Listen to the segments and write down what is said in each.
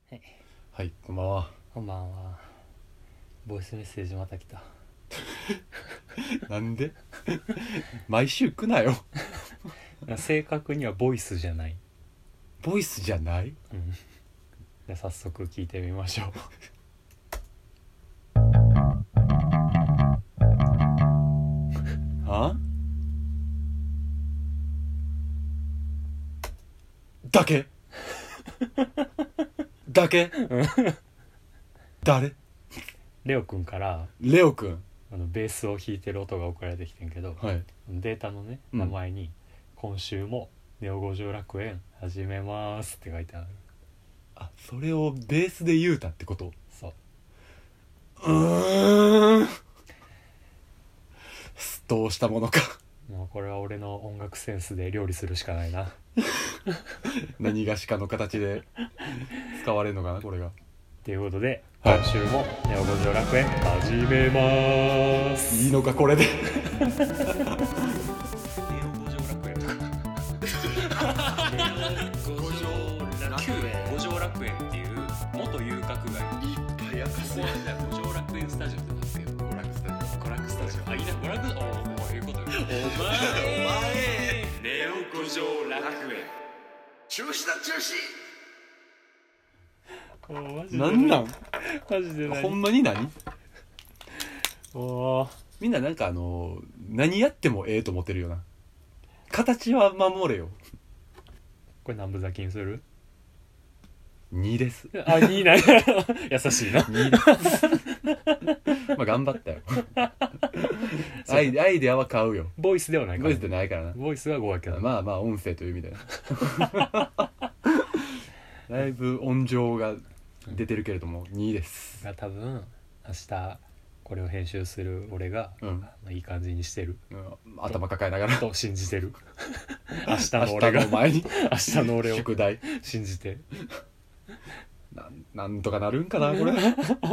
はい、 はい、こんばんは。 こんばんは。ボイスメッセージまた来た。 なんで毎週来なよ。 正確にはボイスじゃない。 ボイスじゃない？ うん。じゃあ早速聞いてみましょう。 は？だけだけ誰？ レオくんからレオくん。 ベースを弾いてる音が送られてきてんけど、 はい。 データのね、名前に、今週もネオ五条楽園始めますって書いてある。 あ、それをベースで言うたってこと？ そうどうしたものか。 もうこれは俺の音楽センスで料理するしかないな。 何がしかの形で使われるのかな、これが。 ということで、 はい今週もネオ五条楽園始めます。 いいのかこれで。 ネオ五条楽園とか旧五条楽園っていう元遊郭街いっぱい明かす五条楽園スタジオってなってる。娯楽スタジオ、娯楽スタジオ、あ、いいな、娯楽、おお、いうことよ。お前ネオ五条楽園中止だ中止。 マジでなんなん？ マジで何？ ほんまに何？ おー、 みんななんか何やってもええと思ってるよな。形は守れよ。 これ何分咲きにする 2です。 あ、いいな。優しいな。 2です。まあ頑張ったよ。アイデアは買うよ。 ボイスではないから。 ボイスでないからな。 ボイスは5やけど。 まあまあ音声という意味でだいぶ音情が出てるけれども2です。 が多分明日これを編集する俺が、いい感じにしてる、 頭抱えながらと信じてる。明日の俺が明日の前に明日の俺を宿題信じてなんとかなるんかなこれ。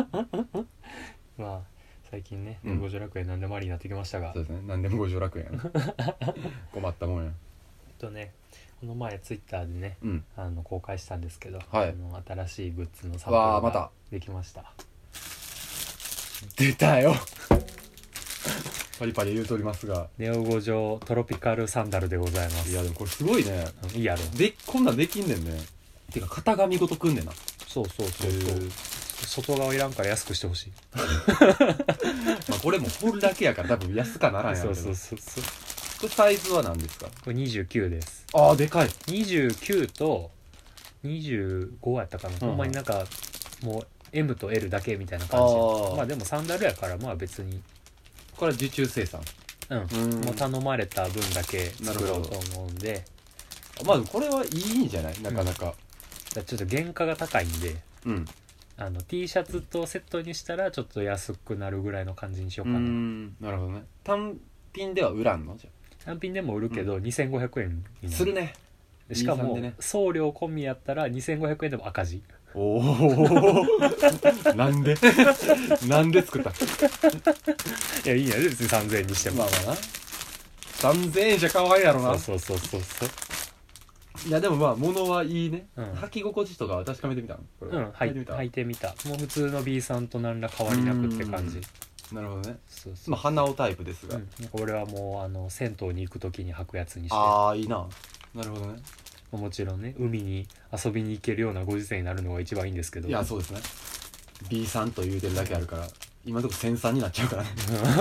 まあ最近ね、五条楽園何でもありになってきましたが、 そうですね、何でも五条楽園やな。困ったもんや。 この前ツイッターでね、公開したんですけど、 はい、 新しいグッズのサンプルができました。 出たよ。パリパリ言うとりますが、 ネオ五条トロピカルサンダルでございます。 いやでもこれすごいね。 いいやろ。 でこんなんできんねんね。てか型紙ごとくんねんな。 そう外側いらんから安くしてほしい。 まあこれも掘るだけやから多分安かならんやろけど。そうこれサイズは何ですか？ これ29です。 ああでかい。 29と25やったかな、ほんまになんかもう M と L だけみたいな感じ。まあでもサンダルやからまあ別にこれは受注生産。 もう頼まれた分だけ作ろうと思うんで、 まあこれはいいんじゃない？なかなか、 ちょっと原価が高いんで、T シャツとセットにしたらちょっと安くなるぐらいの感じにしようかな。 なるほどね。単品では売らんの？じゃ単品でも売るけど、2500円になる。するね。 しかも、送料込みやったら2500円でも赤字。 おおなんでなんで作った？いやいいや別に3000円にしても。 まあまあな、3000円じゃ買わんやろな。 そういやでもまあ物はいいね、履き心地とかは確かめてみたの？これ履いてみた。もう普通の B さんと何ら変わりなくって感じ。 なるほどね。まあ鼻緒タイプですが、 これはもう銭湯に行く時に履くやつにして。 ああいいな。なるほどね。 もちろんね、海に遊びに行けるようなご時世になるのが一番いいんですけど。 いやそうですね。 B さんと言うてるだけあるから、今のとこ1000さんになっちゃうからね。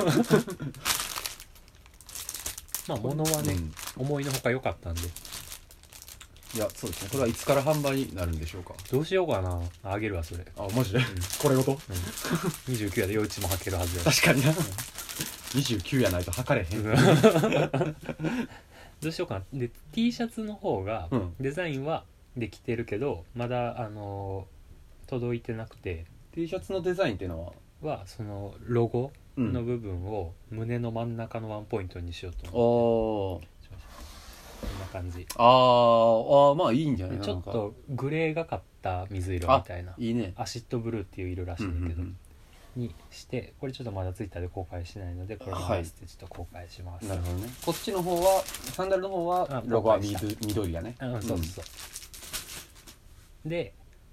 まあ物はね、思いのほか良かったんで。 いやそうですね。これはいつから販売になるんでしょうか？ どうしようかな。あげるわそれ。 あマジで、これごと、 29やで夜市も履けるはずや。 確かにな、29やないと測れへん。 どうしようかな。で T シャツの方が、デザインはできてるけどまだ届いてなくて、 T シャツのデザインっていうのはそのロゴの部分を胸の真ん中のワンポイントにしようと思って。こんな感じ。 まあいいんじゃない？ ちょっとグレーがかった水色みたいな、 いいね。 アシッドブルーっていう色らしいんだけど、にして、これちょっとまだツイッターで公開してないのでこれに合わせてちょっと公開します。 なるほどね。こっちの方はサンダルの方はロゴは緑やね。 そうで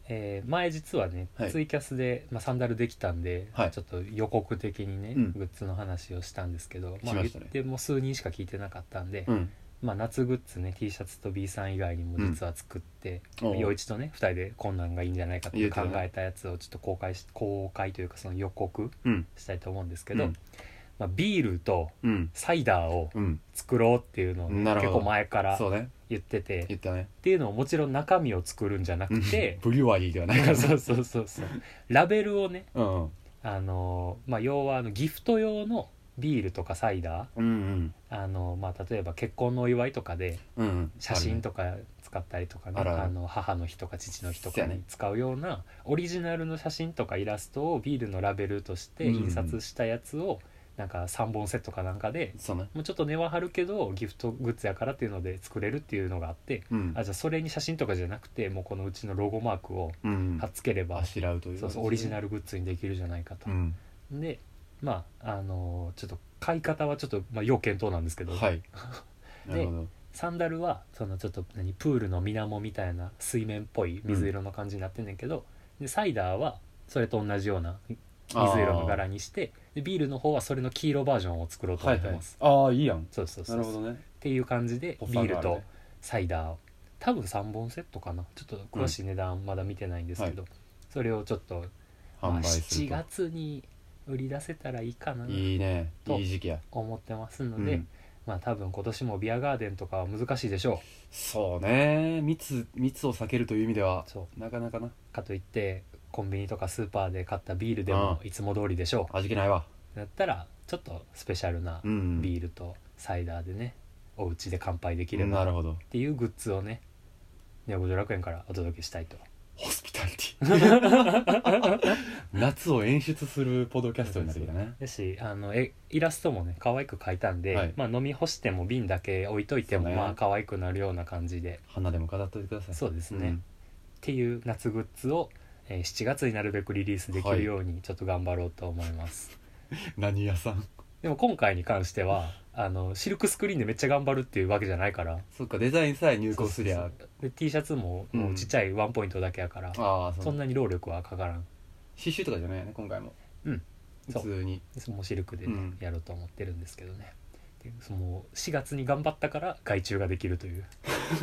前実はね、 はいツイキャスで、サンダルできたんで、 はいちょっと予告的にね、 うんグッズの話をしたんですけど、 しましたね言っても数人しか聞いてなかったんで、 うん夏グッズね T シャツと B さん以外にも実は作って、 おう陽一とね2人でこんなんがいいんじゃないかって考言うてたねえたやつをちょっと公開というかその予告うんしたいと思うんですけど、 うんビールとうんサイダーをうん作ろうっていうのをね、 なるほど結構前からそうね言ってて、 言ったねっていうのももちろん中身を作るんじゃなくてブリュワリーではないからそうラベルをねうん要はギフト用のビールとかサイダうんー例えば結婚のお祝いとかでうん写真とか使ったりとかね、 あるある母の日とか父の日とかそうやねに使うようなオリジナルの写真とかイラストをビールのラベルとして印刷したやつをなんか3本セットかなんかでそうねもうちょっと値は張るけどギフトグッズやからっていうので作れるっていうのがあって、 うんじゃあそれに写真とかじゃなくてもうこのうちのロゴマークをうん貼っつければ、 あしらうというそうオリジナルグッズにできるじゃないかと、 うんでちょっと買い方はちょっと、要検討なんですけど、 はいなるほどサンダルはそのちょっとプールの水面みたいな水面っぽい水色の感じになってんねんけど、でサイダーはそれと同じような水色の柄にしてでビールの方はそれの黄色バージョンを作ろうとはいはい思ってます、 ああいいやんそうそうそうなるほどねっていう感じでおっビールとさんがあるねサイダーを多分3本セットかな、ちょっと詳しい値段まだ見てないんですけど、それをちょっと、 販売す 7 ると月に売り出せたらいいかないいねといい時期や思ってますので、 うん多分今年もビアガーデンとかは難しいでしょそうね密を避けるという意味ではう。そうなかなかなかといってコンビニとかスーパーで買ったビールでもいつも通りでしょ味気ないわう。だったらちょっとスペシャルなうんビールとサイダーでねお家で乾杯できればっなるほどていうグッズをねネオ五条楽園からお届けしたいと。 ホスピタリティ夏を演出するポッドキャストになってきたねだしイラストもね可愛く描いたんで、 はい飲み干しても瓶だけ置いといてもそうね可愛くなるような感じで、 花でも飾っといてくださいそうですね、っていう夏グッズを、7月になるべくリリースできるようにちょっと頑張ろうと思います、 何屋さんでも今回に関してはシルクスクリーンでめっちゃ頑張るっていうわけじゃないからそっかデザインさえ入稿すりゃで T シャツももうちっちゃいワンポイントだけやから、 ああそんなに労力はかからん。 刺繍とかじゃないよね今回もうん普通にもうシルクで、ねうんやろうと思ってるんですけどね。でもう4月に頑張ったから外注ができるという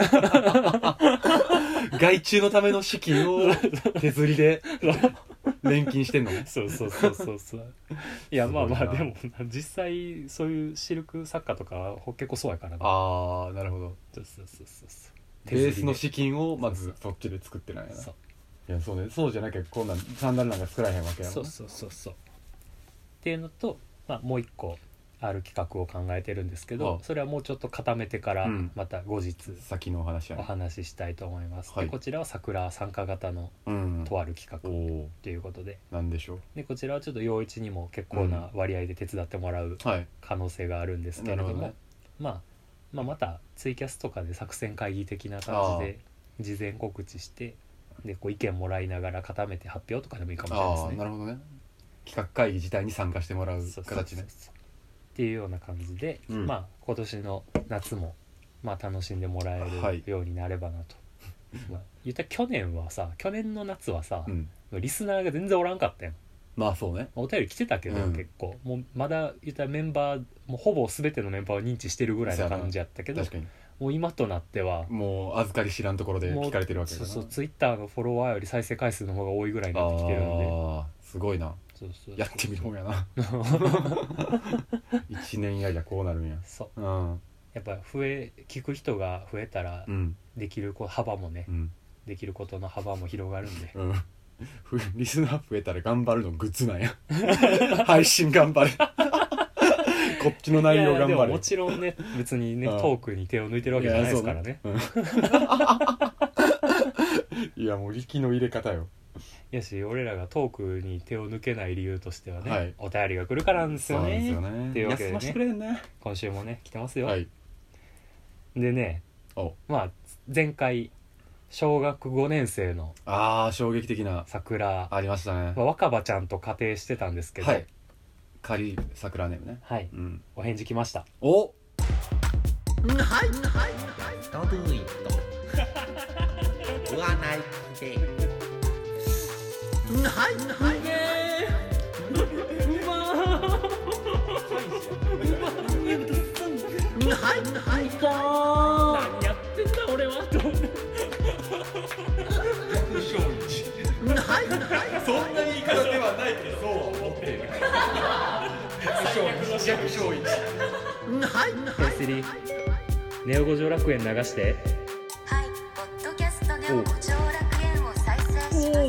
外注のための資金を手釣りで錬金してんのねそういやすごいなでも実際そういうシルク作家とかは結構そうやからね。 ああなるほどそうベースの資金をまずそっちで作ってないなそういやそうねそうじゃなきゃこんなんサンダルなんか作らへんわけやもんそうっていうのと、もう一個ある企画を考えてるんですけど、 あそれはもうちょっと固めてからうんまた後日先のお話やおね話ししたいと思います、 はいでこちらは桜参加型のうんとある企画おおということで、 なんでしょでこちらはちょっと陽一にも結構な割合で手伝ってもらううはい可能性があるんですけれども、 なるほどねまたツイキャスとかで作戦会議的な感じで事前告知してでこう意見もらいながら固めて発表とかでもいいかもしれないですああね。 なるほどね企画会議自体に参加してもらうそう形ねっていうような感じで、 うん今年の夏も楽しんでもらえはいるようになればなと、言ったら去年の夏はさ、 うんリスナーが全然おらんかったやん。 まあそうねお便り来てたけど、 うん結構もうまだ言ったらメンバーもうほぼ全てのメンバーを認知してるぐらいの感じやったけど、 確かにもう今となってはもう預かり知らんところで聞かれてるわけだなそうツイッターのフォロワーより再生回数の方が多いぐらいになってきてるんで、 ああすごいなそうやってみるもんやな1年やりゃこうなるんやそううんやっぱ聞く人が増えたらうんできる幅もね、 うんできることの幅も広がるんで、 うんリスナー増えたら頑張るのグッズなんや配信頑張れこっちの内容頑張れいやでももちろんね別にねうんトークに手を抜いてるわけじゃないですからね。 いやもう力の入れ方よやし俺らがトークに手を抜けない理由としてはね、 はいお便りが来るからなんですよね。 そうなんですよねっていうわけでね休ませてくれんね今週もね来てますよ、 はいでねお前回小学5年生のああ衝撃的な桜、 ありましたね若葉ちゃんと仮定してたんですけど、 はい仮桜ネームねはいうんお返事来ました。 おはいはいどういと言わないではいはいはいはい何やってんだ俺はと思ってはいはいそんな言い方ではないけどそうは思っている逆勝一はいはいスリネオ五条楽園流してはい、ポッドキャストでも五条楽園を再生します。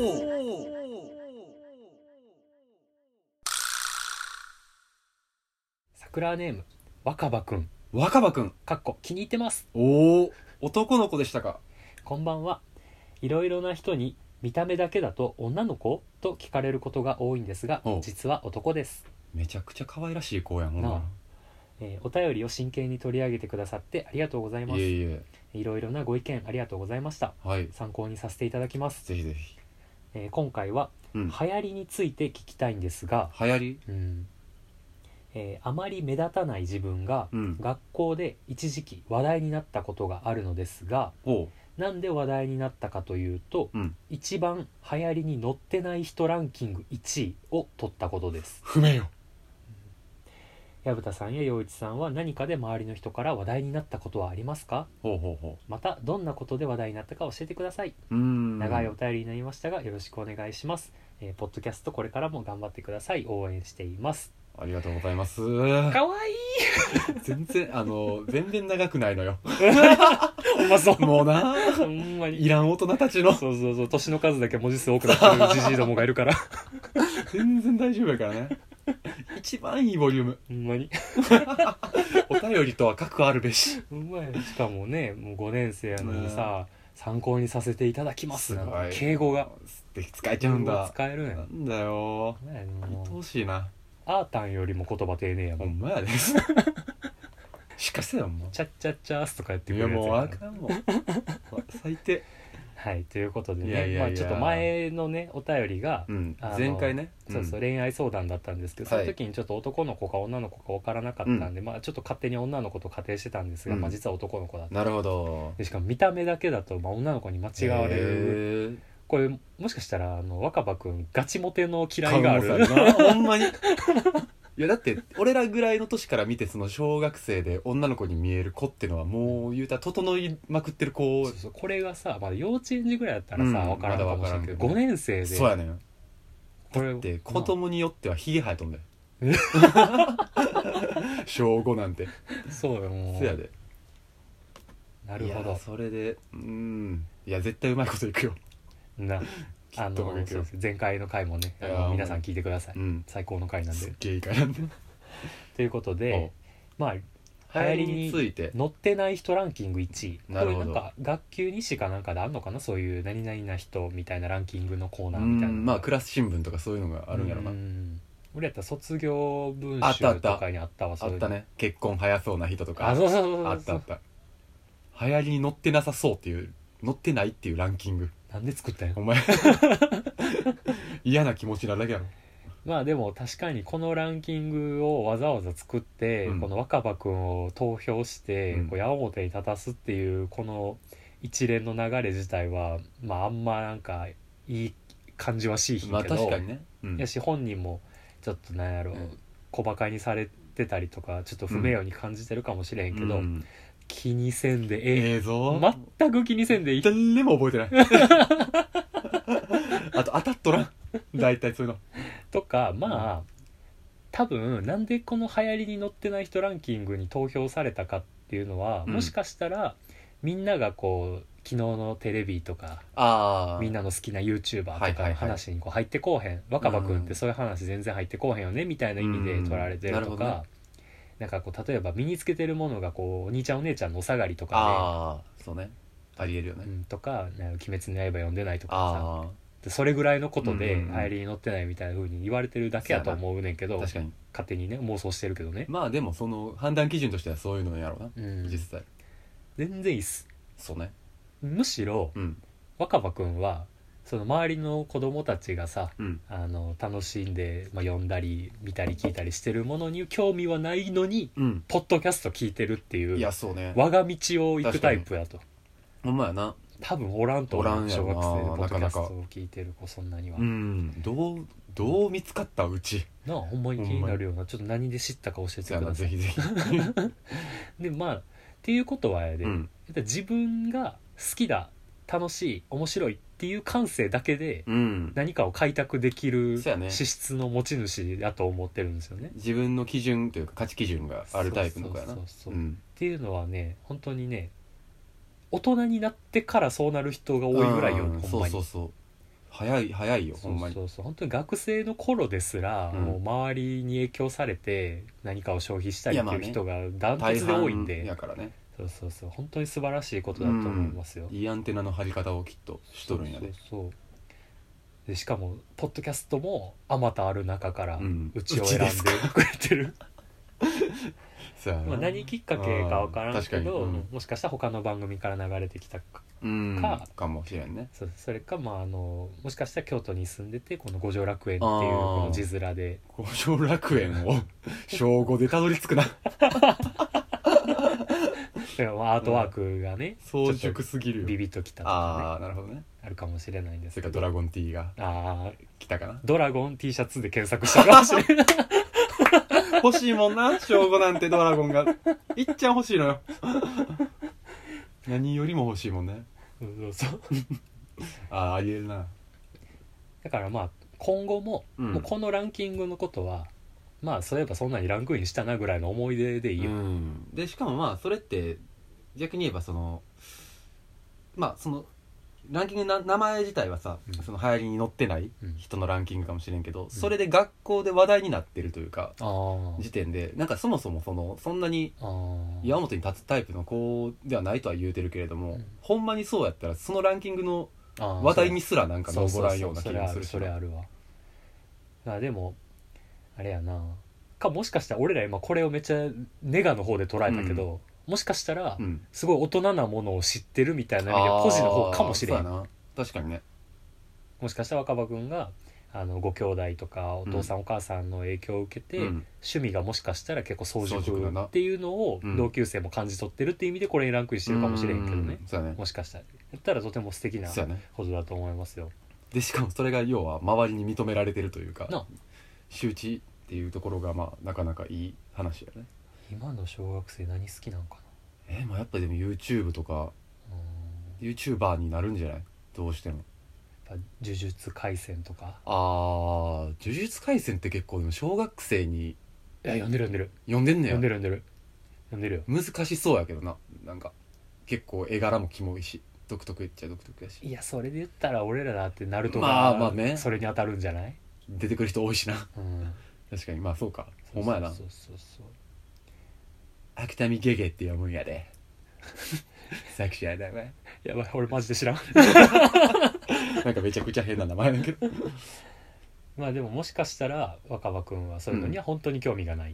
桜ネーム若葉くん若葉くんかっこ気に入ってます。 おお男の子でしたか。 こんばんは。いろいろな人に見た目だけだと女の子と聞かれることが多いんですがおう実は男です。 めちゃくちゃ可愛らしい子やんほんなあなお便りを真剣に取り上げてくださってありがとうございます。 いえいえいろいろなご意見ありがとうございました。 はい参考にさせていただきます。 ぜひぜひ今回はうん流行りについて聞きたいんですが、 流行りあまり目立たない自分がうん学校で一時期話題になったことがあるのですが、 おうなんで話題になったかというと、 うん一番流行りに乗ってない人ランキング1位を取ったことです。 不明よ薮田さんや陽一さんは何かで周りの人から話題になったことはありますか？ ほうほうほまたどんなことで話題になったか教えてください。 う長いお便りになりましたがよろしくお願いします。ポッドキャストこれからも頑張ってください。応援しています。 ありがとうございますかわいい全然全然長くないのよほんまそうもうなほんまにいらん大人たちのそうそうそう年の数だけ文字数多くなってるじじいどもがいるから全然大丈夫やからね一番いいボリュームほんまにお便りとは核あるべしほんまやしかもねもう5年生やのにさ、参考にさせていただきますなんか敬語がで使えちゃうんだ使えるんやなんだよほんまやねもう愛おしいなアータンよりも言葉丁寧やもんほんまやでしかせよもチャッチャッチャースとかやってういやもうくるやつやあかんもん最低はいということでねいやいやいやまあちょっと前のねお便りが、 うんあの前回ねそうそう恋愛相談だったんですけど、その時にちょっと男の子か女の子か分からなかったんで、まあちょっと勝手に女の子と仮定してたんですが、 うんまあ実は男の子だったなるほどでしかも見た目だけだと、まあ、女の子に間違われる、これもしかしたら若葉くんガチモテの嫌いがあるなほんまにいやだって俺らぐらいの年から見てその小学生で女の子に見える子っていうのはもう言うたら整いまくってる子そうそうこれがさ、まだ幼稚園児ぐらいだったらさ、分からんかもしれんけど、 まだ分からんけどね 5年生でそうやねんこれで子供によってはヒゲ生えとんだよ小5なんてそうよもうそやでなるほどいやそれでいや絶対うまいこといくよなきっとうまくいくよそうです前回の回もねいや皆さん聞いてください、 うん最高の回なんすっでげえいいからねということでまあ流行りについて乗ってない人ランキング1位なるほどこれなんか学級日誌かなんかであんのかなそういう何々な人みたいなランキングのコーナーみたいなのがまあクラス新聞とかそういうのがあるんやろな俺やったら卒業文あったあった集とかにあったわそういうのあったね結婚早そうな人とかあそうそうそうそうあったあった流行りに乗ってなさそうっていう乗ってないっていうランキングなんで作ったんやお前嫌な気持ちなだけやろまあでも確かにこのランキングをわざわざ作って、 うんこの若葉くんを投票して、 うんこう矢面に立たすっていうこの一連の流れ自体はまああんまなんかいい感じはしいひんけど、 まあ確かにね、うんやし本人もちょっとなんやろ、小バカにされてたりとかちょっと不名誉に感じてるかもしれへんけど、 うん気にせんでええ、 ぞ全く気にせんでいい誰も覚えてないあと当たっとらん大体そういうのとかまあ多分なんでこの流行りに乗ってない人ランキングに投票されたかっていうのは、 うんもしかしたらみんながこう昨日のテレビとかあみんなの好きな YouTuber とかのはいはいはい話にこう入ってこうへん、若葉くんってそういう話全然入ってこうへんよねみたいな意味で取られてるとか、 なるほどねなんかこう例えば身につけてるものがこうお兄ちゃんお姉ちゃんのお下がりとかあそうねありえるよね、 で、とか「鬼滅の刃」読んでないとかさあでそれぐらいのことでうんうんうん流行りに乗ってないみたいな風に言われてるだけやと思うねんけど、 確かに勝手にね妄想してるけどね、 まあでもその判断基準としてはそういうのやろうな、 うん実際全然いいっす。 そうねむしろうん若葉くんはその周りの子供たちがさうん楽しんで、読んだり見たり聞いたりしてるものに興味はないのにポッドキャスト聞いてるっていういやそうね我が道を行くタイプやと。 ほんまやな多分おらんと思う。 おらんやろな小学生でポッドキャストなかなを聞いてる子そんなには、 うんどう見つかったうちなあほんまに気になるような。ちょっと何で知ったか教えてそうやください。 なぜひぜひでまあっていうことはやで、 うんやっぱ自分が好きだ楽しい面白いっていう感性だけでうん何かを開拓できるそうやね資質の持ち主だと思ってるんですよね。 自分の基準というか価値基準があるタイプの子やなそうっていうのはね本当にね大人になってからそうなる人が多いぐらいよ、ほんまに。 そう早いよほんまにそう本当に学生の頃ですら、 うんもう周りに影響されて何かを消費したりっていう人がダント大ツで多いん半で、 やからねそう本当に素晴らしいことだと思いますよ、 いいアンテナの張り方をきっとしとるんやでそうでしかもポッドキャストもあまたある中からうんうちを選んでくれてる、 そうやなまあ何きっかけか分からんけど、 うんもしかしたら他の番組から流れてきたか、 うんかかもしれんねそれか、まあ、もしかしたら京都に住んでてこの五条楽園っていうあーこの字面で五条楽園を小5でたどり着くなアートワークがね、 早熟すぎるよビビッときたとかああなるほどねねあるかもしれないんですけど、 それからドラゴン T があ来たかなドラゴン T シャツで検索したかもしれない欲しいもんな小5なんてドラゴンがいっちゃん欲しいのよ何よりも欲しいもんねそうありえるなだからまあ今後も、 うんもうこのランキングのことはまあそういえばそんなにランクインしたなぐらいの思い出でいいよ、 でしかもまあそれって逆に言えばまあそのランキングの名前自体はさ、 うんその流行りに乗ってないうん人のランキングかもしれんけど、それで学校で話題になってるというか、 あ時点でなんかそもそもそんなに岩本に立つタイプの子ではないとは言うてるけれども、 うんほんまにそうやったらそのランキングの話話題にすらなんかそう残らんような気がするしそれあるわ。でもあれやなもしかしたら俺ら今これをめっちゃネガの方で捉えたけど、もしかしたらうんすごい大人なものを知ってるみたいな意味ではポジの方かもしれん。 そうやな確かにねもしかしたら若葉君がご兄弟とかお父さんお母さんの影響を受けて、 うん趣味がもしかしたら結構早早熟だな熟っていうのをうん同級生も感じ取ってるっていう意味でこれにランクインしてるかもしれんけどね、 そうやねもしかしたらやったらとても素敵なそうやねことだと思いますよ。 でしかもそれが要は周りに認められてるというかな周知っていうところがまあなかなかいい話やね今の小学生何好きなんかまあやっぱでも YouTube とかな、 YouTuber になるんじゃないどうしてもやっぱ呪術廻戦とか呪術廻戦って結構でも小学生にいや読んでる読んでんねや読んでるよ。 難しそうやけどなんか結構絵柄もキモいし独特っちゃ独特やしいやそれで言ったら俺らだってナルトがまあねそれに当たるんじゃない、 出てくる人多いしなうん、 確かにまあそうかほんまやなそう秋田見ゲゲって読むんやで作者やだわやばい俺マジで知らんなんかめちゃくちゃ変な名前だけどまあでももしかしたら若葉くんはそういうのには本当に興味がない、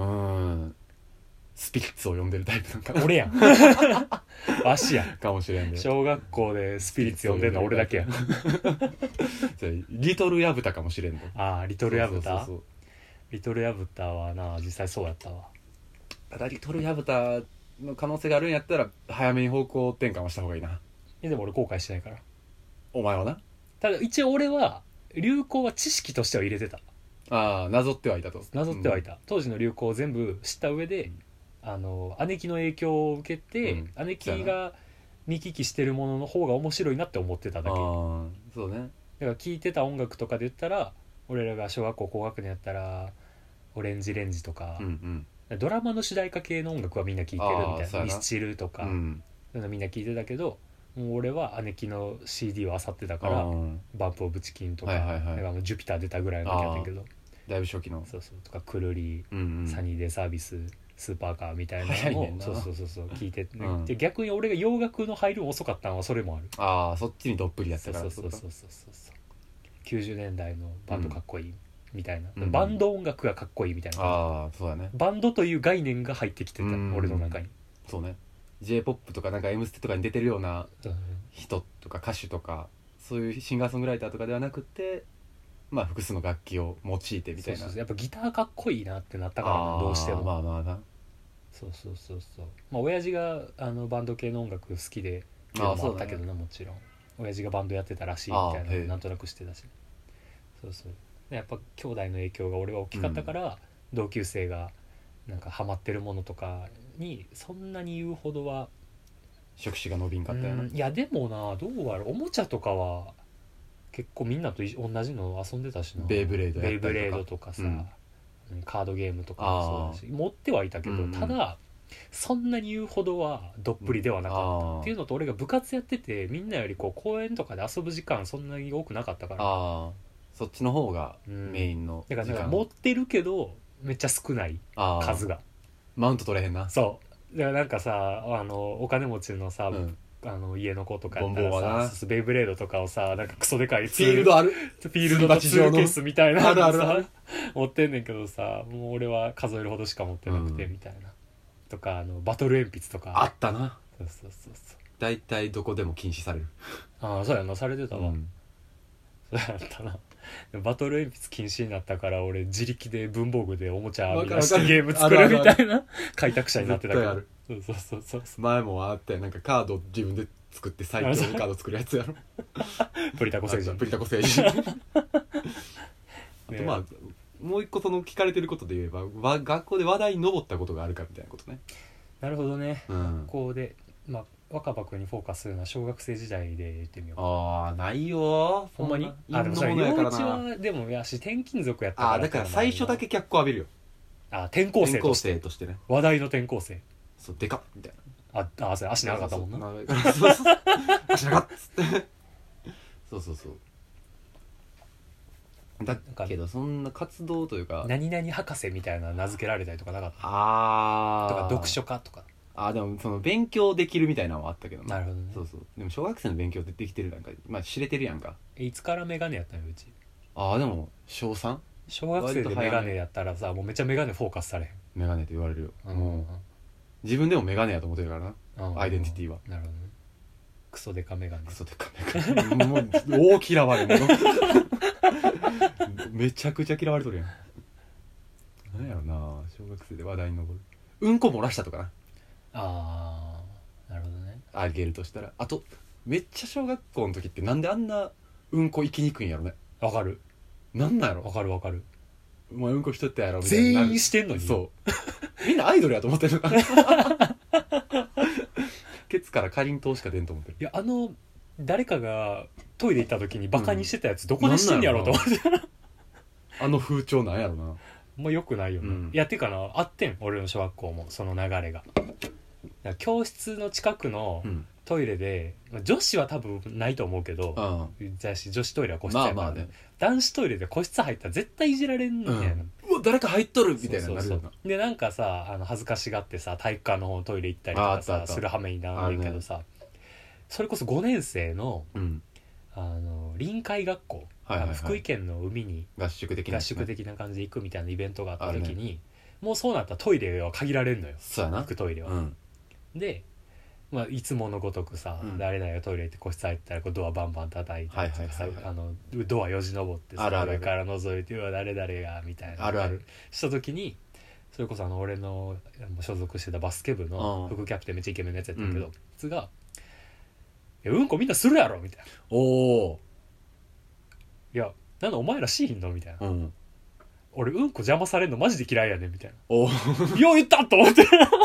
スピリッツを読んでるタイプなんかな俺やんわしやんかもしれんで小学校でスピリッツ読んでんの俺だけやんリトルヤブタかもしれんのリトルヤブタそうリトルヤブタはな実際そうやったわ。 ただリトルヤブタの可能性があるんやったら早めに方向転換はした方がいいな。 でも俺後悔してないから。 お前はな。 ただ一応俺は流行は知識としては入れてた。 なぞってはいたと。 なぞってはいた、当時の流行を全部知った上で、姉貴の影響を受けて、姉貴が見聞きしてるものの方が面白いなって思ってただけ。 そうね。 だから聴いてた音楽とかで言ったら俺らが小学校高学年やったらオレンジレンジとか、ドラマの主題歌系の音楽はみんな聴いてるみたいな、ミスチルとか、そういうのみんな聴いてたけど、もう俺は姉貴の CD を漁ってたからバンプオブチキンとか、なんかジュピター出たぐらいの時やったけど、 だいぶ初期のそうとかくるり、サニーデイサービス、スーパーカーみたいなのをそう聞いて、で逆に俺が洋楽の入る遅かったのはそれもある。 そっちにどっぷりやってたから。 そう90年代のバンドかっこいいみたいな、バンド音楽がかっこいいみたいな、 そうだね。 バンドという概念が入ってきてた、俺の中に。 そうね。J-POP とかなんか M ステとかに出てるような人とか歌手とかそういうシンガーソングライターとかではなくて、まあ複数の楽器を用いてみたいな。 やっぱギターかっこいいなってなったからな、どうしても。そうまあ親父がバンド系の音楽好きでっていうのもあったけどな、もちろん親父がバンドやってたらしいみたいなのなんとなくしてたし、そうそうでやっぱ兄弟の影響が俺は大きかったから、同級生がなんかハマってるものとかにそんなに言うほどは触手が伸びんかったよな。 いやでもな、どうやろ、おもちゃとかは結構みんなと同じの遊んでたしな。 ベイブレードやったりとか、 ベイブレードとかさ、カードゲームとかあもそうだし持ってはいたけど、ただそんなに言うほどはどっぷりではなかったっていうのと、俺が部活やっててみんなよりこう公園とかで遊ぶ時間そんなに多くなかったから、 あそっちの方がメインの時間、 だから持ってるけどめっちゃ少ない数が、 マウント取れへんな。 そうだからなんかさお金持ちのさ、家の子とかやったらさベイブレードとかをさなんかクソでかいフィールドあるフィールドのツールケースみたいなのさあるある持ってんねんけどさ、もう俺は数えるほどしか持ってなくてみたいな、とかバトル鉛筆とかあったな。 そうそうそうそう、 大体どこでも禁止される。 ああそうやな、されてたわ、そうやったな。でもバトル鉛筆禁止になったから俺自力で文房具でおもちゃ編み出してゲーム作るみたいな開拓者になってたけど、そうそうそうそう、 前もあってなんかカード自分で作って最強のカード作るやつやろ。 プリタコ星人、 プリタコ星人。あとまあもう一個その聞かれてることで言えば、学校で話題に上ったことがあるかみたいなことね。 なるほどね、学校でまあ若葉くんにフォーカスするのは小学生時代で言ってみよう。 ああないよほんまに。 あでもそれ幼稚はでもやし転勤族やったから。 だから最初だけ脚光浴びるよ。 転校生としてね、話題の転校生。 そうでかっみたいな。 それ足長かったもんな。 そう足長っつってそうそうそうだけどそんな活動というか何々博士みたいな名付けられたりとかなかった？とか読書家とか。 でもその勉強できるみたいなのはあったけどなるほどね。 そうそうでも小学生の勉強でできてるなんかまあ知れてるやんか。 いつからメガネやったのうち？ でも小 3？ 小学生でメガネやったらさもうめっちゃメガネフォーカスされへん。 メガネって言われるよ、もう自分でもメガネやと思ってるからな、アイデンティティは。 なるほどね。クソデカメガネ。 クソデカメガネもう大嫌われもめちゃくちゃ嫌われとるやん。何やろな、小学生で話題に上るうんこ漏らしたとかな。 なるほどね。 あげるとしたら、あとめっちゃ小学校の時ってなんであんなうんこ行きにくいんやろね。 わかる。 なんなんやろ。 わかるわかる。 お前うんこしとったやろみたいな。 全員してんのに。 そうみんなアイドルやと思ってるケツからかりんとうしか出んと思ってる。 いや誰かがトイレ行った時にバカにしてたやつどこでしてんやろと思って、 あの風潮なんやろな。 もうよくないよな、いやっていうかな、あってん俺の小学校もその流れが。教室の近くのトイレで、女子は多分ないと思うけど、女子トイレは個室やから、ね、男子トイレで個室入ったら絶対いじられんねん、 うわ誰か入っとるみたいななるよな。 でなんかさ恥ずかしがってさ体育館の方のトイレ行ったりとかさする羽目になるんだけどさ、それこそ5年生の、臨海学校、福井県の海に合宿的な感じで行くみたいなイベントがあった時に、もうそうなったらトイレは限られんのよ。 そうやな、 行くトイレは、で、いつものごとくさ、誰々がトイレ行って個室入ったらこうドアバンバン叩いてとかさ、ドアよじ登ってさ上から覗いて「うわ誰々が」みたいなした時に、それこそ俺の所属してたバスケ部の副キャプテンめっちゃイケメンのやつやったけど、そいつが「うんこみんなするやろ」みたいな。いやなんだお前らしひんのみたいな、俺うんこ邪魔されんのマジで嫌いやねんみたいな。よう言ったと思って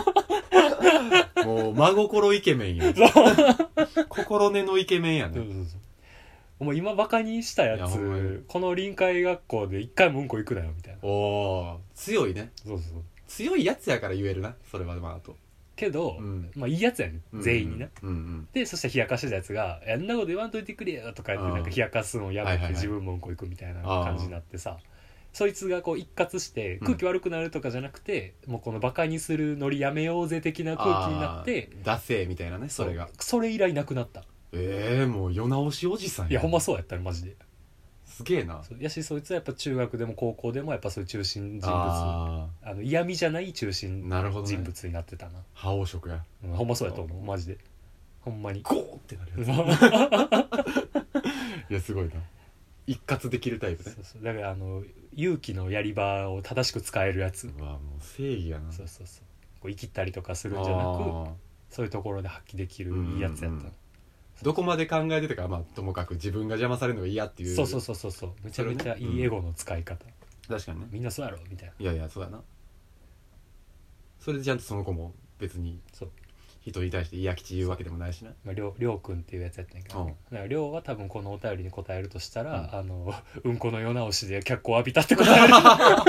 もう真心イケメンや心根のイケメンやね。 お前今バカにしたやつこの臨海学校で一回もうんこ行くなよみたいな。 強いね。強いやつやから言えるなそれは。あとけど、いいやつやねん全員にな、でそしたら冷やかしてたやつが「あんなこと言わんといてくれよ」とか言ってなんか冷やかすのをやめて自分もうんこ行くみたいな感じになってさ、そいつがこう一括して空気悪くなるとかじゃなくて、もうこのバカにするノリやめようぜ的な空気になってダセーみたいなね。それがそれ以来なくなった。 もう世直しおじさんや。 いやほんまそうやったらマジで。 すげえな。 やしそいつはやっぱ中学でも高校でもやっぱそういう中心人物、嫌味じゃない中心人物になってたな。 覇王色や、 ほんまそうやと思うマジで。ほんまにゴーってなるやついやすごいな、一括できるタイプね。 だから勇気のやり場を正しく使えるやつ。 もう正義やな。 こう生きったりとかするんじゃなくそういうところで発揮できるいいやつやった。 どこまで考えてたかまあともかく自分が邪魔されるのが嫌っていうそうめちゃめちゃいいエゴの使い方、 確かにねみんなそうやろみたいな。 いやいやそうやなそれでちゃんとその子も別にそう、 人に対して嫌気言うわけでもないしなまあ、りょうくんっていうやつやったんやけど、 うんだからりょうは多分このお便りに答えるとしたら、うんこの世直しで脚光浴びたって答えるまあ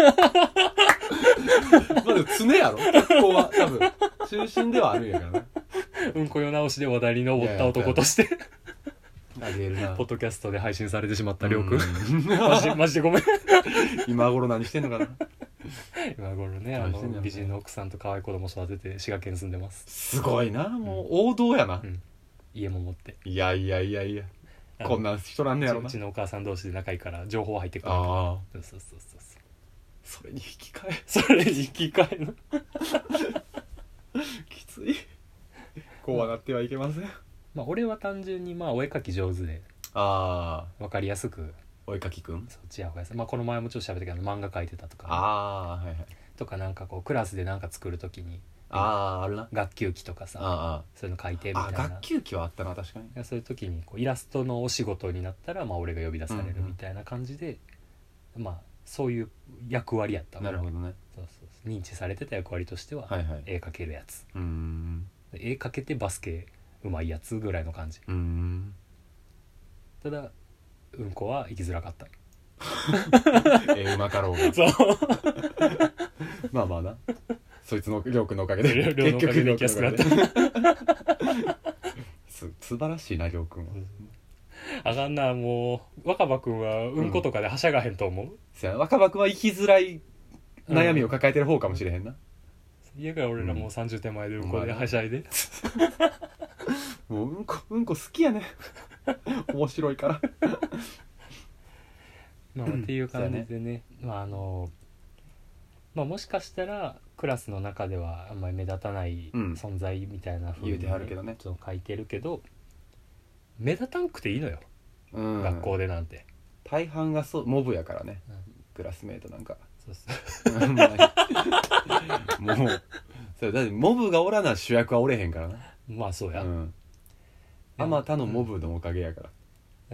でも常やろ結構は多分中心ではあるんやからなうんこ世直しで話題に上った男としてありえるなポッドキャストで配信されてしまったりょうくん、 うんマジでごめん今頃何してんのかな今頃ね何してんだろうね美人の奥さんと可愛い子供育てて滋賀県住んでます。 すごいなもう王道やな、 うん、家も持って、 いやいやいやいやこんなん人なんねやろなうちのお母さん同士で仲いいから情報入ってくるから。 ああそうそれに引き換えそれに引き換えのきついこうはなってはいけませんまあ俺は単純にまあお絵描き上手であ分かりやすくお絵かきくんそっちやほやさ、まあこの前もちょっと喋ったけど漫画描いてたとかああはいはいとかなんかこうクラスでなんか作るときにあああるな学級機とかさあそういうの書いてみあたいな学級機はあったな確かにいやそういう時にこうイラストのお仕事になったらまあ俺が呼び出されるみたいな感じで、まあそういう役割やったなるほどねそう認知されてた役割としては、 はいはい絵描けるやつ絵描けてバスケうまいやつぐらいの感じ。ただうんこは行きづらかったうまかろうがそうまあまあなそいつのりょうくんのおかげでりょうのおかげで行きやすくなった素晴らしいなりょうくんはあかんなもう若葉くんはうんことかではしゃがへんと思う、 そや若葉くんは生きづらい悩みを抱えてる方かもしれへんな、 家から俺らもう30手前でうんこではしゃいで、 もううんこ好きやね面白いからまあっていう感じでね、まあまあもしかしたらクラスの中ではあんまり目立たない存在みたいな風に、 言うてはるけどねちょっと書いてるけど目立たんくていいのよ、学校でなんて大半がモブやからね、クラスメートなんかもうそれだってモブがおらな主役はおれへんからなまあそうや、 あまたのモブのおかげやから、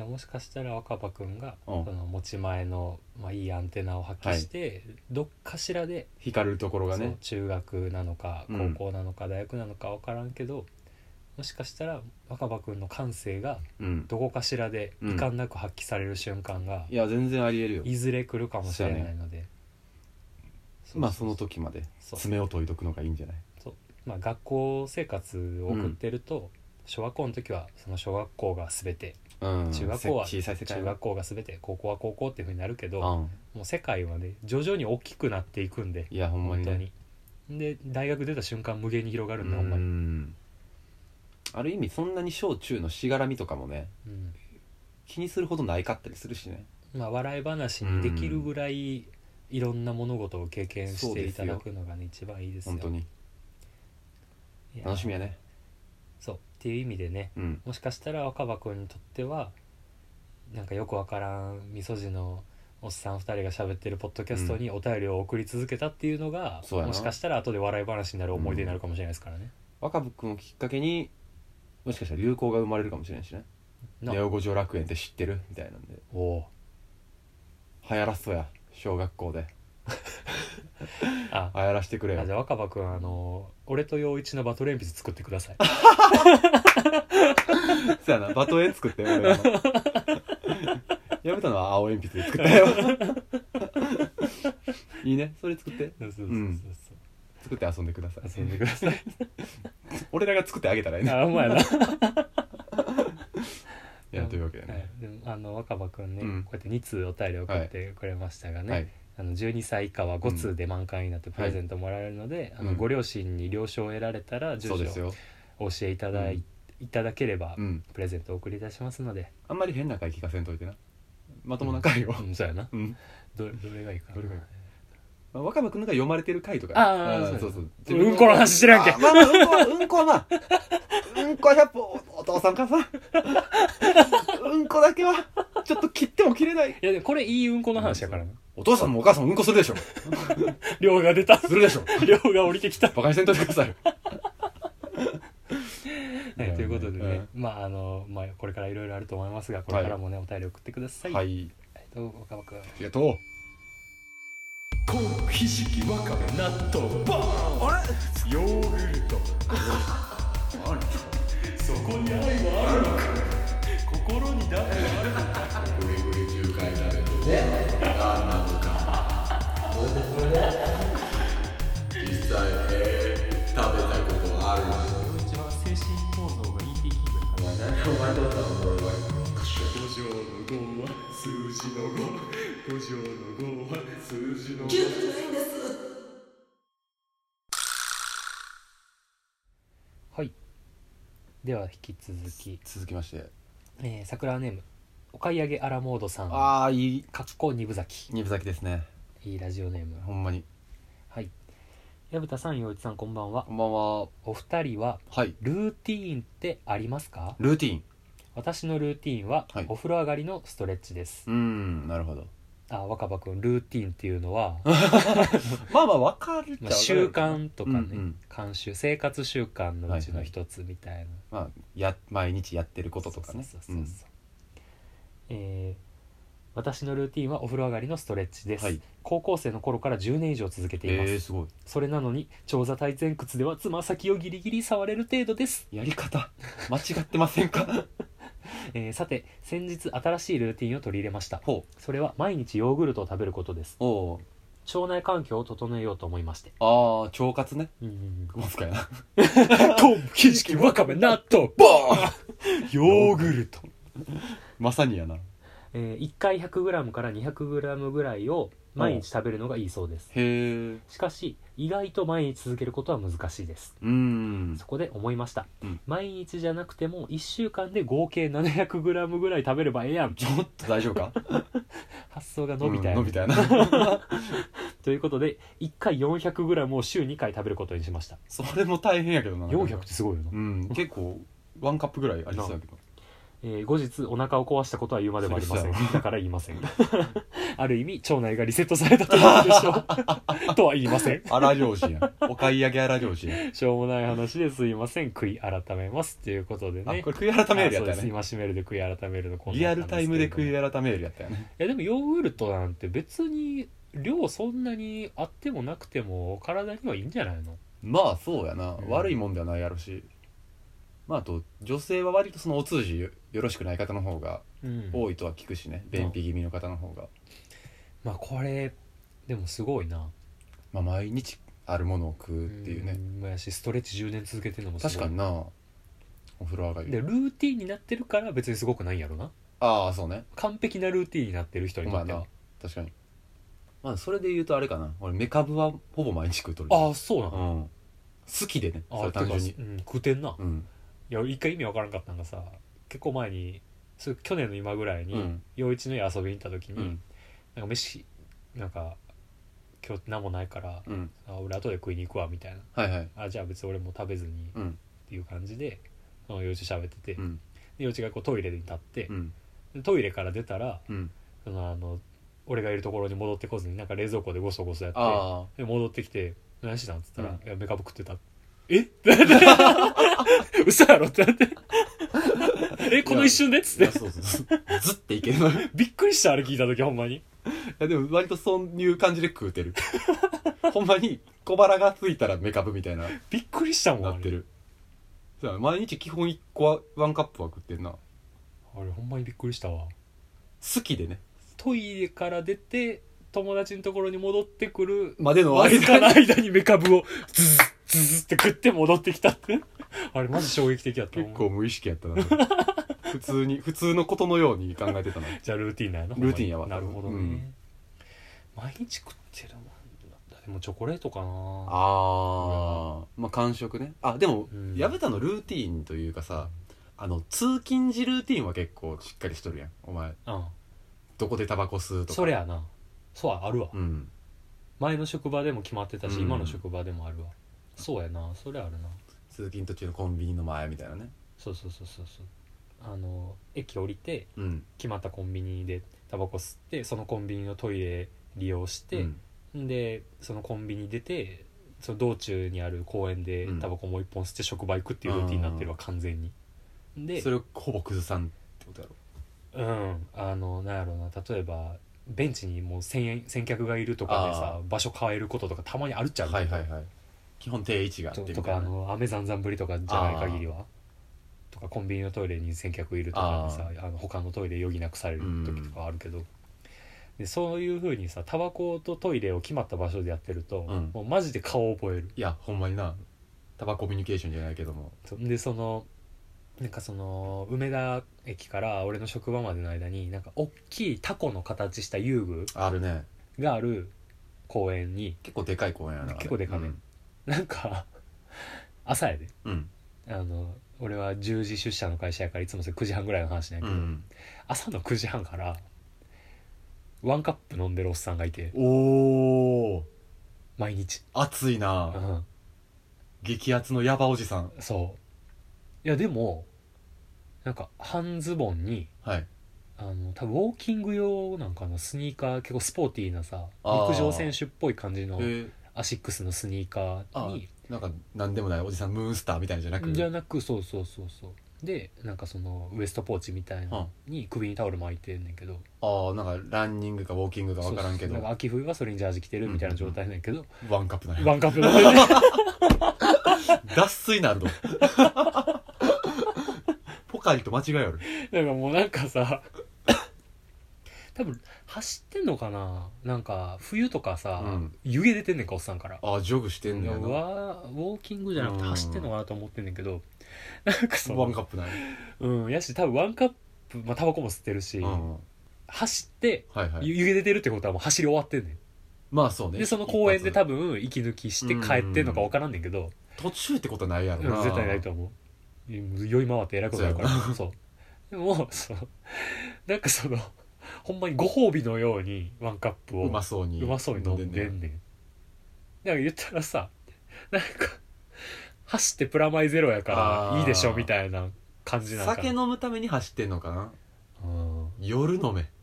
もしかしたら若葉くんがうんその持ち前の、まあ、いいアンテナを発揮して、どっかしらで、 光るところがそうね中学なのか高校なのか大学なのか分からんけど、もしかしたら若葉くんの感性がどこかしらで遺憾なく発揮される瞬間がいや全然ありえるよいずれ来るかもしれないので、 まあその時まで爪を研いとくのがいいんじゃないまあ、学校生活を送ってると、小学校の時はその小学校が全て、中学校は小さい世界中学校が全て高校は高校っていう風になるけど、 うんもう世界はね徐々に大きくなっていくんで、 いやほんまにね本当にで大学出た瞬間無限に広がるんでほんまに、 ある意味そんなに小中のしがらみとかもねうん気にするほどないかったりするしねまあ、笑い話にできるぐらいいろんな物事を経験していただくのがね一番いいですよ本当にいや楽しみやねそうっていう意味でね、もしかしたら若葉くんにとってはなんかよくわからんみそじのおっさん2人が喋ってるポッドキャストにお便りを送り続けたっていうのが、 そうやなもしかしたら後で笑い話になる思い出になるかもしれないですからね、 若葉くんをきっかけにもしかしたら流行が生まれるかもしれないしねネオ五条楽園って知ってるみたいなんでおお流行らすとや小学校であ流行らしてくれよじゃあ若葉くん俺と陽一のバトル鉛筆作ってくださいそうやなバトエン作って俺のやめたのは青鉛筆で作ったよいいねそれ作ってそう作って遊んでください遊んでください俺らが作ってあげたらいいねあうまいないやというわけではいね、 でも若葉くんね、 うんこうやって2通お便り送ってくれましたがね、 はい 12歳以下は5通で満開になってプレゼントもらえるので、ご両親に了承を得られたら住所そうですよお教えいただければ、プレゼントをお送りいたしますので、 あんまり変な回聞かせんといてなまともな回をそうやな、 うんどれがいいかな、 どれがいいまあ若葉くんのが読まれてる回とかそうそううんこの話してるやんけ、 まあまあうんこはまあうんこは100歩お父さんかさうんこだけはちょっと切っても切れないいやでもこれいいうんこの話やからな、 お父さんもお母さんもうんこするでしょ量が出たするでしょ量が降りてきたバカにせんといてくださいはい、ということでね、まあこれからいろいろあると思いますが、これからもね、お便り送ってください。 はい、 岡場君、 ありがとう。 コーンひじきわかめ納豆バーンあれヨーグルトそこに愛はあるのか心にだけはあるのかグリグリ10回食べてね何なのかこれで実際食べたことあるの一番精神構造が E.T. キングだからお前どうだろう五条の5は数字の5五条の5は数字の5 はい、では引き続きまして、 桜ネームお買い上げアラモードさん、 ああいいかっこ二分咲き、 二分咲きですね。 いいラジオネーム。 ほんまに。 はい、矢蓋さん、陽一さん、こんばんは。 こんばんは。 お二人ははい。 ルーティーンってありますか？ ルーティーン。 私のルーティーンは、 はいお風呂上がりのストレッチです。 なるほど。 若葉くん、ルーティーンっていうのはまあまあ分かるっちゃ分かる。 習慣とかね、 うん慣習、生活習慣のうちの一つみたいな、 まあ毎日やってることとかね。 私のルーティーンはお風呂上がりのストレッチです、 はい。 高校生の頃から10年以上続けています、 すごい。 それなのに長座体前屈ではつま先をギリギリ触れる程度です。 やり方間違ってませんか？ さて先日新しいルーティンを取り入れました。 ほう。 それは毎日ヨーグルトを食べることです。 おー。 腸内環境を整えようと思いまして。 ああ腸活ね。 うんもつかやな。 昆布、ひじき、わかめ、納豆、 ボーヨーグルト、 まさにやな。 1回 100g から 200g ぐらいを毎日食べるのがいいそうです。 へえ。 しかし意外と毎日続けることは難しいです。そこで思いました、毎日じゃなくても1週間で合計 700g ぐらい食べればええやん。 ちょっと大丈夫か？ 発想が伸びたよ、 伸びたよな。 ということで1回 400g を週2回食べることにしました。 それも大変やけどな。 400ってすごいよな。 結構ワンカップぐらいありそうだけど。 後日お腹を壊したことは言うまでもありません。だから言いません。ある意味腸内がリセットされたということでしょうとは言いません。 荒上司やん。お買い上げ荒上司やん。 しょうもない話ですいません、悔い改めますということでね。 これ悔い改めるやったよね。 今しめるで悔い改めるのコーナーリアルタイムで悔い改めるやったよね。 いやでもヨーグルトなんて別に量そんなにあってもなくても体にはいいんじゃないの？ まあそうやな、悪いもんではないやろし、まああと女性は割とそのお通じよろしくない方の方が多いとは聞くしね、便秘気味の方の方が。 まあこれでもすごいな、 まあ毎日あるものを食うっていうね。 やしストレッチ10年続けてるのもすごい。 確かにな。お風呂上がりでルーティンになってるから別にすごくないんやろな。 ああそうね、 完璧なルーティンになってる人にとっては、 まあな、確かに。まあそれで言うとあれかな、俺メカブはほぼ毎日食うとる。 ああそうなの、 好きでね、それ単純に、 食うてんな。いや一回意味わからんかったんがさ、結構前に去年の今ぐらいに陽一の家遊びに行った時に、なんか飯なんか今日何もないから、俺後で食いに行くわみたいな、じゃあ別に俺も食べずに、っていう感じで陽一喋ってて、で陽一がこうトイレに立って、トイレから出たら、俺がいるところに戻ってこずになんか冷蔵庫でゴソゴソやって、で戻ってきて何してたんっつったら、いやメカブ食ってた。えって嘘やろってなってこの一瞬でっつって、 そうずっていけるのびっくりした、あれ聞いた時ほんまに。 いやでも割とそういう感じで食うてるほんまに小腹がついたらメカブみたいなびっくりしたもんなってる。毎日基本1個はワンカップは食ってんな。 あれほんまにびっくりしたわ。 好きでね、 トイレから出て友達のところに戻ってくるまでのわずかな間にメカブをズズズズって食って戻ってきたってあれマジ衝撃的やった。 結構無意識やったな普通のことのように考えてたな。 じゃあルーティンなんやな。 ルーティンやわ。 なるほどね、毎日食ってるもんだ。でもチョコレートかな。 まあ間食ね。でも矢蓋のルーティンというかさ、通勤時ルーティンは結構しっかりしとるやんお前。どこでタバコ吸うとか。 そりゃな、そうあるわ、前の職場でも決まってたし、今の職場でもあるわ。そうやな、それあるな。 通勤途中のコンビニの前みたいなね。 そう駅降りて、決まったコンビニでタバコ吸って、そのコンビニのトイレ利用して、でそのコンビニ出てその道中にある公園でタバコもう一本吸って職場行くっていうルーティンになってるわ、完全に。 でそれをほぼ崩さんってことやろ。 なんやろうな、例えばベンチにもう先客がいるとかでさ場所変えることとかたまにあるっちゃうけど、 はいはいはい。基本定位置があってみたいな。 とか雨ざんざんぶりとかじゃない限りはとかコンビニのトイレに先客いるとかでさ他のトイレ余儀なくされる時とかあるけど、でそういう風にさタバコとトイレを決まった場所でやってると、もうマジで顔を覚える。 いやほんまにな、タバコミュニケーションじゃないけども。 でなんか梅田駅から俺の職場までの間になんか大きいタコの形した遊具あるね。 がある公園に、 結構でかい公園やな。 結構でかめ、なんか朝やで、俺は10時出社の会社やからいつもそれ9時半ぐらいの話なんやけど、朝の9時半からワンカップ飲んでるおっさんがいて、 おー毎日熱いな、激アツのヤバおじさん。 そういやでもなんか半ズボンにはい多分ウォーキング用なんかなスニーカー、結構スポーティーなさあー陸上選手っぽい感じのへアシックスのスニーカーになんかなんでもないおじさんムーンスターみたいなじゃなくそうでなんかウエストポーチみたいなのに首にタオル巻いてんねんけど、 なんかランニングかウォーキングか分からんけど、 なんか秋冬はそれにジャージ着てるみたいな状態なんやけど、 ワンカップなんや。 ワンカップ飲んでね脱水なるのポカリと間違いある。 なんかもうなんかさ多分走ってんのかな、なんか冬とかさ、湯気出てんねんかおっさんから。 ジョグしてんねやな。 ウォーキングじゃなくて走ってんのかなと思ってんねんけど、なんかワンカップなんや。 やし多分ワンカップ、タバコも吸ってるし、走って、湯気出てるってことはもう走り終わってんねん。 まあそうね。 でその公園で多分息抜きして帰ってんのか分からんねんけど、 途中ってことないやろな。 絶対ないと思う。酔い回ってえらいことやから。そうでもなんかほんまにご褒美のようにワンカップをうまそうに飲んでんねん。だから言ったらさ、なんか走ってプラマイゼロやからいいでしょみたいな感じなんかな。 酒飲むために走ってんのかな。夜飲め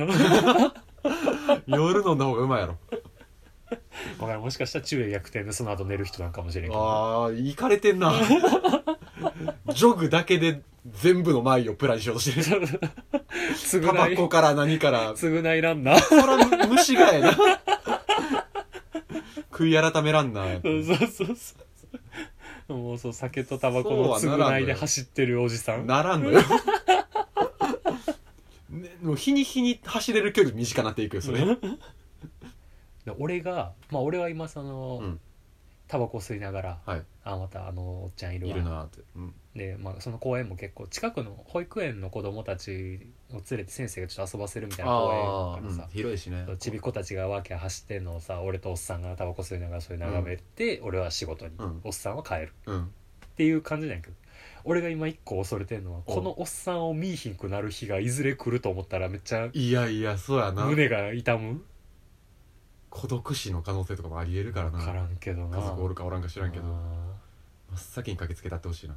夜飲んだ方がうまいやろ。 だからもしかしたら昼夜逆転でその後寝る人なんかもしれんけど、 いかれてんなジョグだけで全部の前をプラにしようとしてるタバコから何から償いランナーそら虫がやな悔い改めランナー。 そうもう酒とタバコの償いで走ってるおじさんならんのよもう日に日に走れる距離短くなっていくよそれ俺は今タバコ吸いながら、またおっちゃんいるわいるなって、 で、その公園も結構近くの保育園の子供たちを連れて先生がちょっと遊ばせるみたいな公園からさ、 広いしね、 ちびっ子たちがワーキャー走ってんのをさ、俺とおっさんがタバコ吸いながらそれ眺めて、俺は仕事に、おっさんは帰る、っていう感じなんやけど、俺が今一個恐れてんのはこのおっさんを見いひんくなる日がいずれ来ると思ったらめっちゃそうやな、 胸が痛む。 孤独死の可能性とかもありえるからな。 分からんけどな、 家族おるかおらんか知らんけど真っ先に駆けつけたってほしいな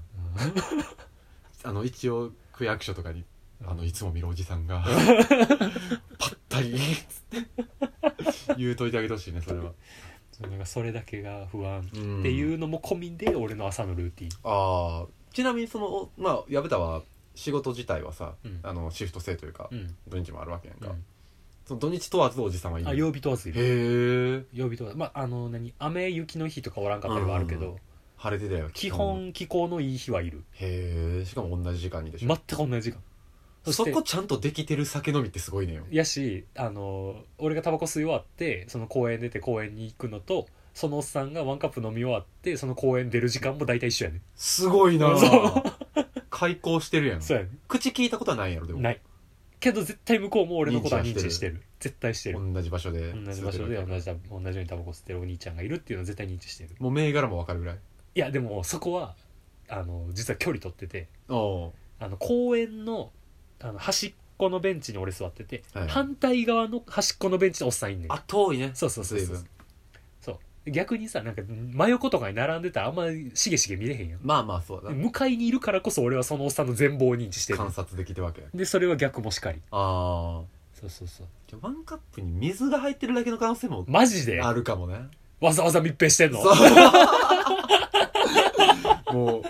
一応区役所とかにいつも見るおじさんがパッタリっつって言うといてあげてほしいね。それはなんかそれだけが不安っていうのも込みで俺の朝のルーティン。 ちなみに矢蓋は仕事自体はさ、シフト制というか、土日もあるわけやんか、その土日問わずおじさんはいる。 曜日問わずいる。 へえ。 曜日問わず、雨雪の日とかおらんかったりはあるけど、 晴れてたよ基本気候のいい日はいる。 へえ。しかも同じ時間にでしょ。 全く同じ時間。 そこちゃんとできてる酒飲みってすごいねよ。 やし俺がタバコ吸い終わってその公園出て公園に行くのと、そのおっさんがワンカップ飲み終わってその公園出る時間も大体一緒やね。 すごいな開口してるやん。 そうやね。 口聞いたことはないやろ。でもないけど絶対向こうも俺のことは認知してる。絶対してる。 同じ場所で同じようにタバコ吸ってるお兄ちゃんがいるっていうのは絶対認知してる。 もう銘柄も分かるぐらい。 いやでもそこは実は距離取ってて、公園の端っこのベンチに俺座ってて、反対側の端っこのベンチにおっさんいんねん。 遠いね。 そう逆にさ、なんか真横とかに並んでたらあんましげしげ見れへんやん。 そうだ。 向かいにいるからこそ俺はそのおっさんの全貌を認知してる。 観察できてるわけでそれは逆もしかり。 そうじゃワンカップに水が入ってるだけの可能性もマジであるかもね。 わざわざ密閉してんの。 もう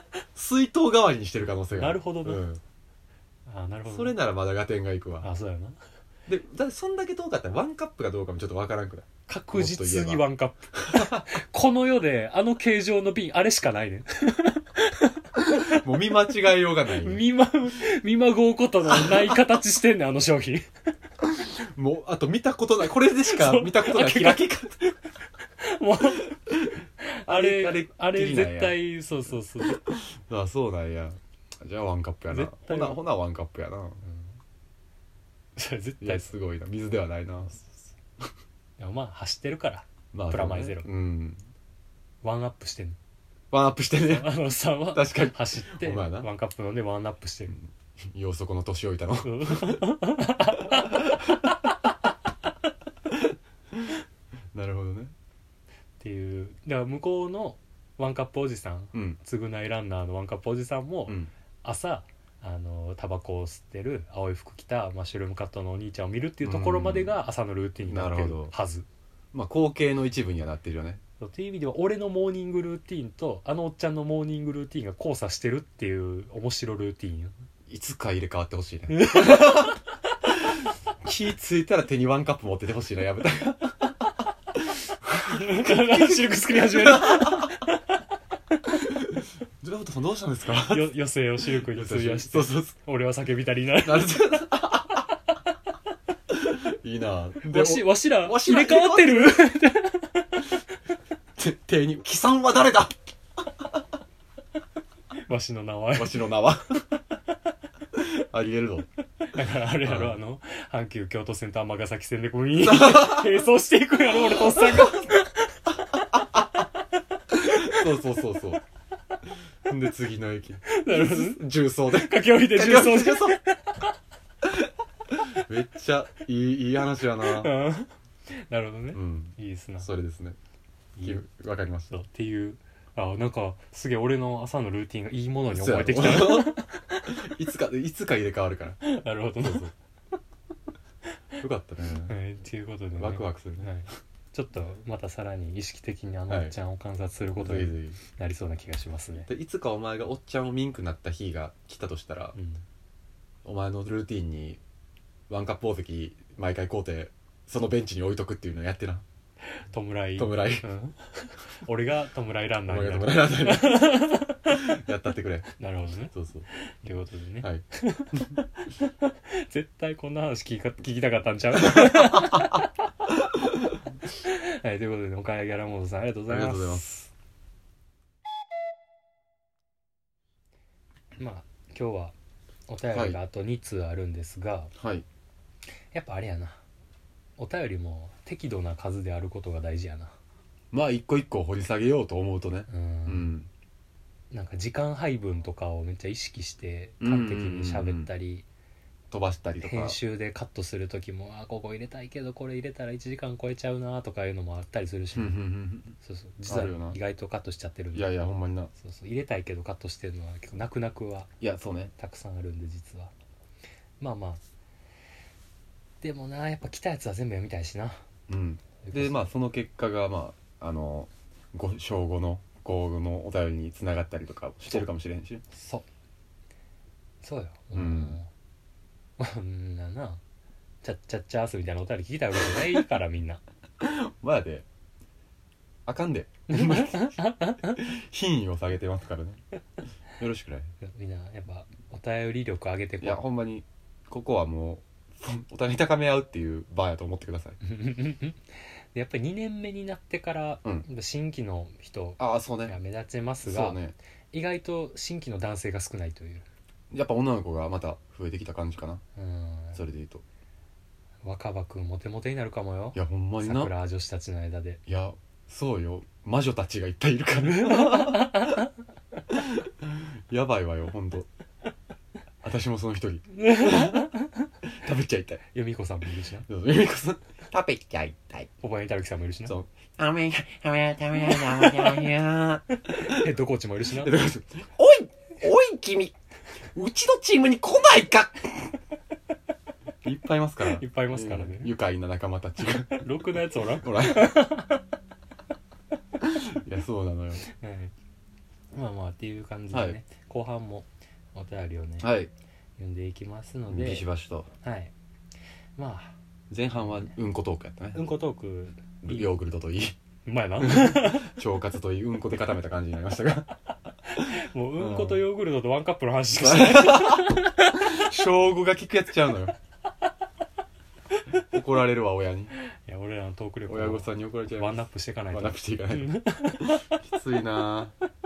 水筒代わりにしてる可能性がある。 なるほどなうん、 あなるほどそれならまだ合点がいくわ。 あそうやなでだってそんだけ遠かったらワンカップかどうかもちょっとわからんくない？ 確実にワンカップこの世であの形状の瓶あれしかないねんもう見間違えようがないね。 見まごうことのない形してんねんあの商品もうあと見たことない、これでしか見たことないそう開け方。 もうあれあれ絶対そうそうそうあそうなんや。じゃあワンカップやな。 絶対ほなワンカップやな。 絶いや対すごいな、水ではないな。 でもまあ走ってるからまあプラマイゼロうんワンアップしてんのワンアップしてね。 あのさんは確かに走ってお前なワンカップ飲んでワンアップしてるようそこの年老いたの。 うんなるほどね。 っていうだから向こうのワンカップおじさんうん償いランナーのワンカップおじさんも、 うん朝タバコを吸ってる青い服着たマッシュルームカットのお兄ちゃんを見るっていうところまでが朝のルーティンになってるなるほどはず、 まあ光景の一部にはなってるよね。 そうっていう意味では俺のモーニングルーティンとあのおっちゃんのモーニングルーティンが交差してるっていう面白ルーティンよいつか入れ替わってほしいね。気ついたら手にワンカップ持っててほしいな。やめた。 シルク作り始めるジュラフトさんどうしたんですか？ 余生をシルクに費やしてそうそうそ俺は叫びたりなるう。なるほど。いいな。でわしらわしら入れ替わってる手に貴さんは誰だ？ わしの名はわしの名は。ありえるぞ。 だからあれやろ、阪急京都線と尼崎線でこう並走していくんやろ俺とおっさんがそうそうで次の駅なるほどね重曹で駆け下りて重曹でめっちゃいい話やな。 うんなるほどね、 うんいいですなそれですね。 いいわかりました。 そうっていうなんかすげえ俺の朝のルーティンがいいものに思えてきたいつか入れ替わるから。 なるほどねそうよかったね。 っていうことでねワクワクするね。 はい、ちょっとまたさらに意識的にあのおっちゃんを観察することにぜひぜなりそうな気がしますね、 ひでいつかお前がおっちゃんをミンクなった日が来たとしたら、 うん、 お前のルーティンにワンカップ大関毎回買うてそのベンチに置いとくっていうのやってな。 弔い、 弔いうん俺が弔いランナお前ーになるが弔いなさいやったってくれ。 なるほどねそうそうということでね、 はい絶対こんな話聞きたかったんちゃうはいということで岡谷ギャラモードさんありがとうございます。 ありがとうございますまあ今日はお便りがあと2通あるんですが、 はい。 やっぱあれやなお便りも適度な数であることが大事やな。 まあ一個一個掘り下げようと思うとね。うんなんか時間配分とかをめっちゃ意識して端的に喋ったり、 飛ばしたりとか編集でカットする時もここ入れたいけどこれ入れたら1時間超えちゃうなとかいうのもあったりするし、 うんうんうんそうそう実はあるよな意外とカットしちゃってるんで、 いやいやほんまにな。 そうそう入れたいけどカットしてるのは結構泣く泣くはいやそうね。 たくさんあるんで実はまあまあでもなやっぱ来たやつは全部読みたいしな。 うんでまあその結果がまあ小5の高5のお便りに繋がったりとかしてるかもしれへんし。 そうようんこんななチャッチャッチャースみたいなお便り聞きたいわけじゃないからみんなまあであかんで品位を下げてますからね。よろしくない。 みんなやっぱお便り力上げてこいやほんまにここはもうお互い高め合うっていう場やと思ってください。 でやっぱり2年目になってから、新規の人ああそうね。 が目立ちますが、 そうね。 意外と新規の男性が少ないという、 やっぱ女の子がまた増えてきた感じかな。 うんそれで言うと若葉くんモテモテになるかもよ。 いやほんまにな。 桜女子たちの間でいやそうよ魔女たちがいっぱいいるからやばいわよほんと。私もその一人食べちゃいたい。 由美子さんもいるしな、 由美子さん食べちゃいたい。 小林たるきさんもいるしな、 そうヘッドコーチもいるしなおいおい君うちのチームに来ないかいっぱいいますから。 いっぱいいますからね、 愉快な仲間たちがろくなやつおらん、 ほらいやそうなのよ。 はい、 まあまあっていう感じでね、 はい後半もお便りをね、 はい読んでいきますので、 ビシバシとはいまあ前半はうんこトークやったね、 うんこトークいいヨーグルトといいうまいな腸活といいうんこで固めた感じになりましたがもううんことヨーグルトとワンカップの話しかしてない小5が聞くやつちゃうのよ怒られるわ親に、 いや俺らのトーク力親御さんに怒られちゃいます。 ワンナップしていかないとワンナップしていかないときついな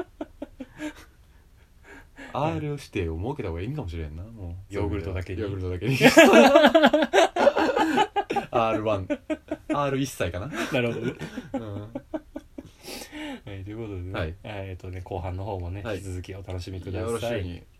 R 指定を設けた方がいいんかもしれんな、もうヨーグルトだけにヨーグルトだけにR1 R1 歳かな、 なるほどねうんはい、ということでね、 はい後半の方もね、 はい引き続きお楽しみくだよろしさい。 いに